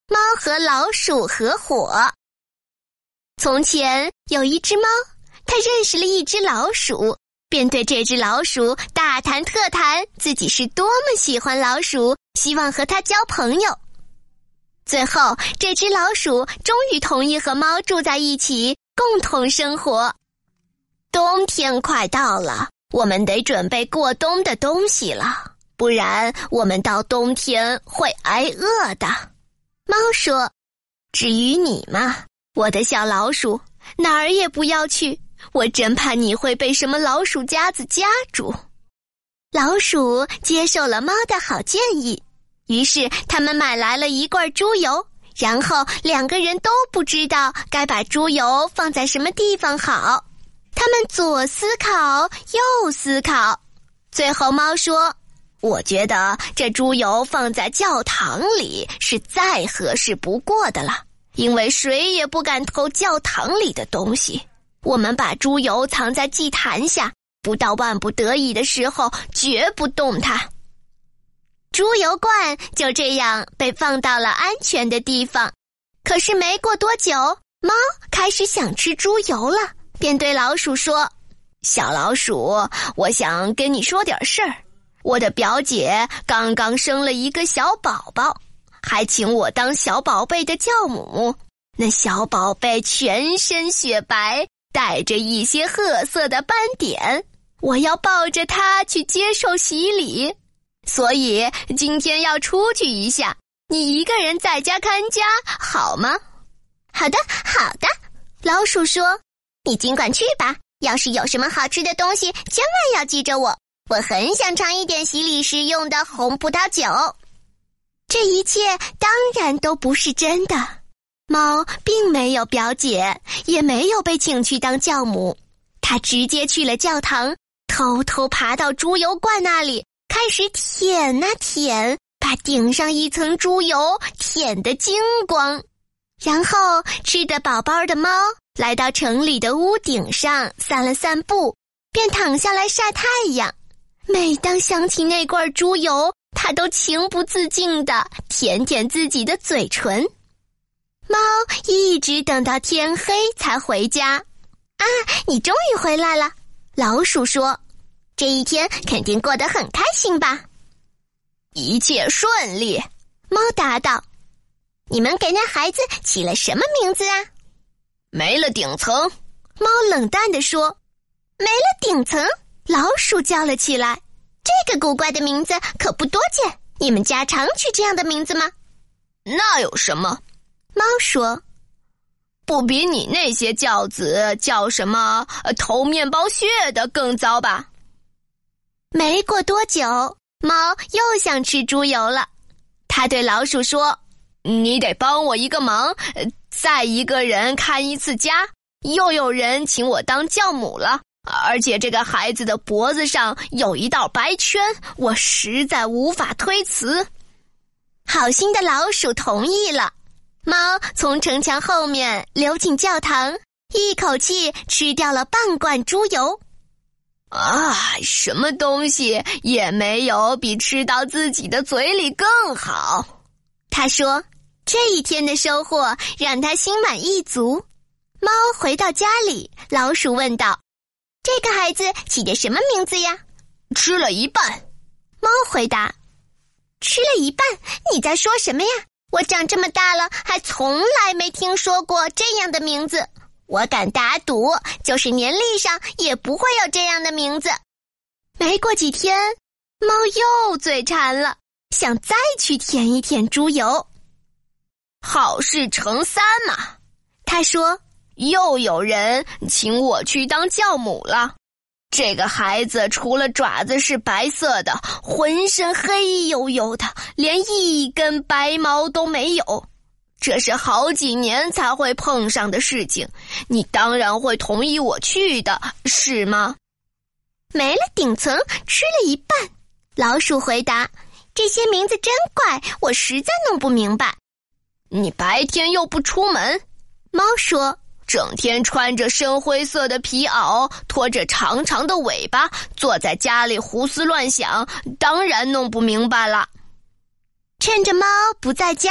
猫和老鼠合伙。从前有一只猫，它认识了一只老鼠，便对这只老鼠大谈特谈自己是多么喜欢老鼠，希望和它交朋友。最后，这只老鼠终于同意和猫住在一起，共同生活。冬天快到了，我们得准备过冬的东西了，不然我们到冬天会挨饿的。猫说：至于你嘛，我的小老鼠，哪儿也不要去，我真怕你会被什么老鼠夹子夹住。老鼠接受了猫的好建议，于是他们买来了一罐猪油，然后两个人都不知道该把猪油放在什么地方好。他们左思考右思考，最后猫说：我觉得这猪油放在教堂里是再合适不过的了，因为谁也不敢偷教堂里的东西。我们把猪油藏在祭坛下，不到万不得已的时候绝不动它。猪油罐就这样被放到了安全的地方。可是没过多久，猫开始想吃猪油了，便对老鼠说：小老鼠，我想跟你说点事儿。我的表姐刚刚生了一个小宝宝，还请我当小宝贝的教母。那小宝贝全身雪白，带着一些褐色的斑点，我要抱着它去接受洗礼。所以今天要出去一下，你一个人在家看家，好吗？好的，好的。老鼠说：你尽管去吧，要是有什么好吃的东西，千万要记着我。我很想尝一点洗礼时用的红葡萄酒。这一切当然都不是真的。猫并没有表姐，也没有被请去当教母，它直接去了教堂，偷偷爬到猪油罐那里，开始舔啊舔，把顶上一层猪油舔得精光。然后吃得饱饱的猫来到城里的屋顶上散了散步，便躺下来晒太阳。每当想起那罐猪油，它都情不自禁地舔舔自己的嘴唇。猫一直等到天黑才回家。啊，你终于回来了，老鼠说。这一天肯定过得很开心吧？一切顺利，猫答道。你们给那孩子起了什么名字啊？没了顶层，猫冷淡地说。没了顶层？老鼠叫了起来。这个古怪的名字可不多见，你们家常取这样的名字吗？那有什么？猫说。不比你那些教子叫什么头面包屑的更糟吧？没过多久，猫又想吃猪油了。它对老鼠说：你得帮我一个忙，再一个人看一次家，又有人请我当教母了，而且这个孩子的脖子上有一道白圈，我实在无法推辞。好心的老鼠同意了。猫从城墙后面溜进教堂，一口气吃掉了半罐猪油。啊，什么东西也没有比吃到自己的嘴里更好。他说，这一天的收获让他心满意足。猫回到家里，老鼠问道：这个孩子起的什么名字呀？吃了一半。猫回答。吃了一半？你在说什么呀？我长这么大了，还从来没听说过这样的名字。我敢打赌，就是年历上也不会有这样的名字。没过几天，猫又嘴馋了，想再去舔一舔猪油。好事成三嘛，他说，又有人请我去当教母了。这个孩子除了爪子是白色的，浑身黑黝黝的，连一根白毛都没有。这是好几年才会碰上的事情，你当然会同意我去的，是吗？没了顶层，吃了一半。老鼠回答，这些名字真怪，我实在弄不明白。你白天又不出门，猫说，整天穿着深灰色的皮袄，拖着长长的尾巴，坐在家里胡思乱想，当然弄不明白了。趁着猫不在家，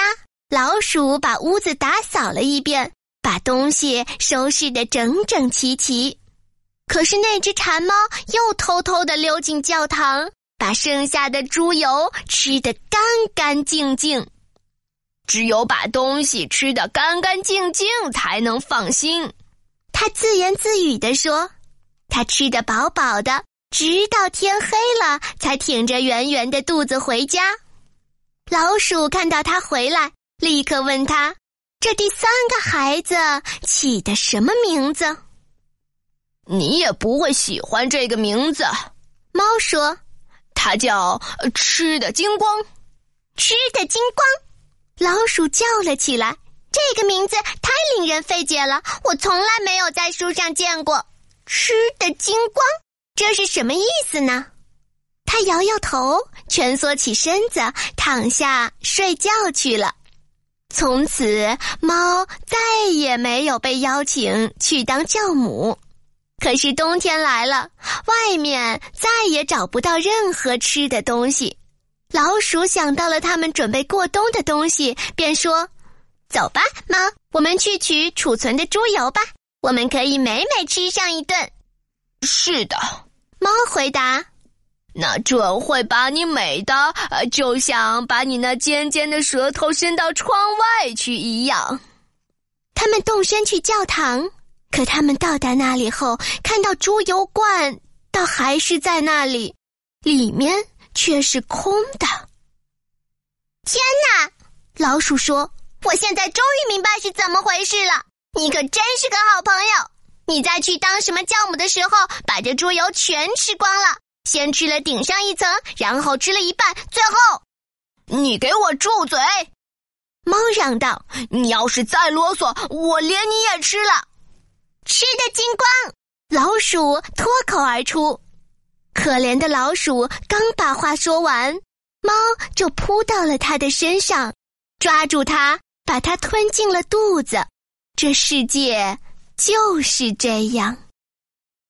老鼠把屋子打扫了一遍，把东西收拾得整整齐齐。可是那只馋猫又偷偷地溜进教堂，把剩下的猪油吃得干干净净。只有把东西吃得干干净净才能放心，他自言自语地说。他吃得饱饱的，直到天黑了才挺着圆圆的肚子回家。老鼠看到他回来，立刻问他，这第三个孩子起的什么名字？你也不会喜欢这个名字，猫说，它叫吃的精光。吃的精光，老鼠叫了起来，这个名字太令人费解了，我从来没有在书上见过。吃的精光，这是什么意思呢？他摇摇头，蜷缩起身子，躺下睡觉去了。从此，猫再也没有被邀请去当教母。可是冬天来了，外面再也找不到任何吃的东西。老鼠想到了他们准备过冬的东西，便说，走吧，猫，我们去取储存的猪油吧，我们可以美美吃上一顿。是的，猫回答，那准会把你美的就像把你那尖尖的舌头伸到窗外去一样。他们动身去教堂，可他们到达那里后，看到猪油罐倒还是在那里，里面却是空的。天哪！老鼠说，我现在终于明白是怎么回事了，你可真是个好朋友。你在去当什么教母的时候，把这猪油全吃光了，先吃了顶上一层，然后吃了一半，最后……你给我住嘴！猫嚷道，你要是再啰嗦，我连你也吃了。吃的精光！老鼠脱口而出。可怜的老鼠刚把话说完，猫就扑到了它的身上，抓住它，把它吞进了肚子。这世界就是这样。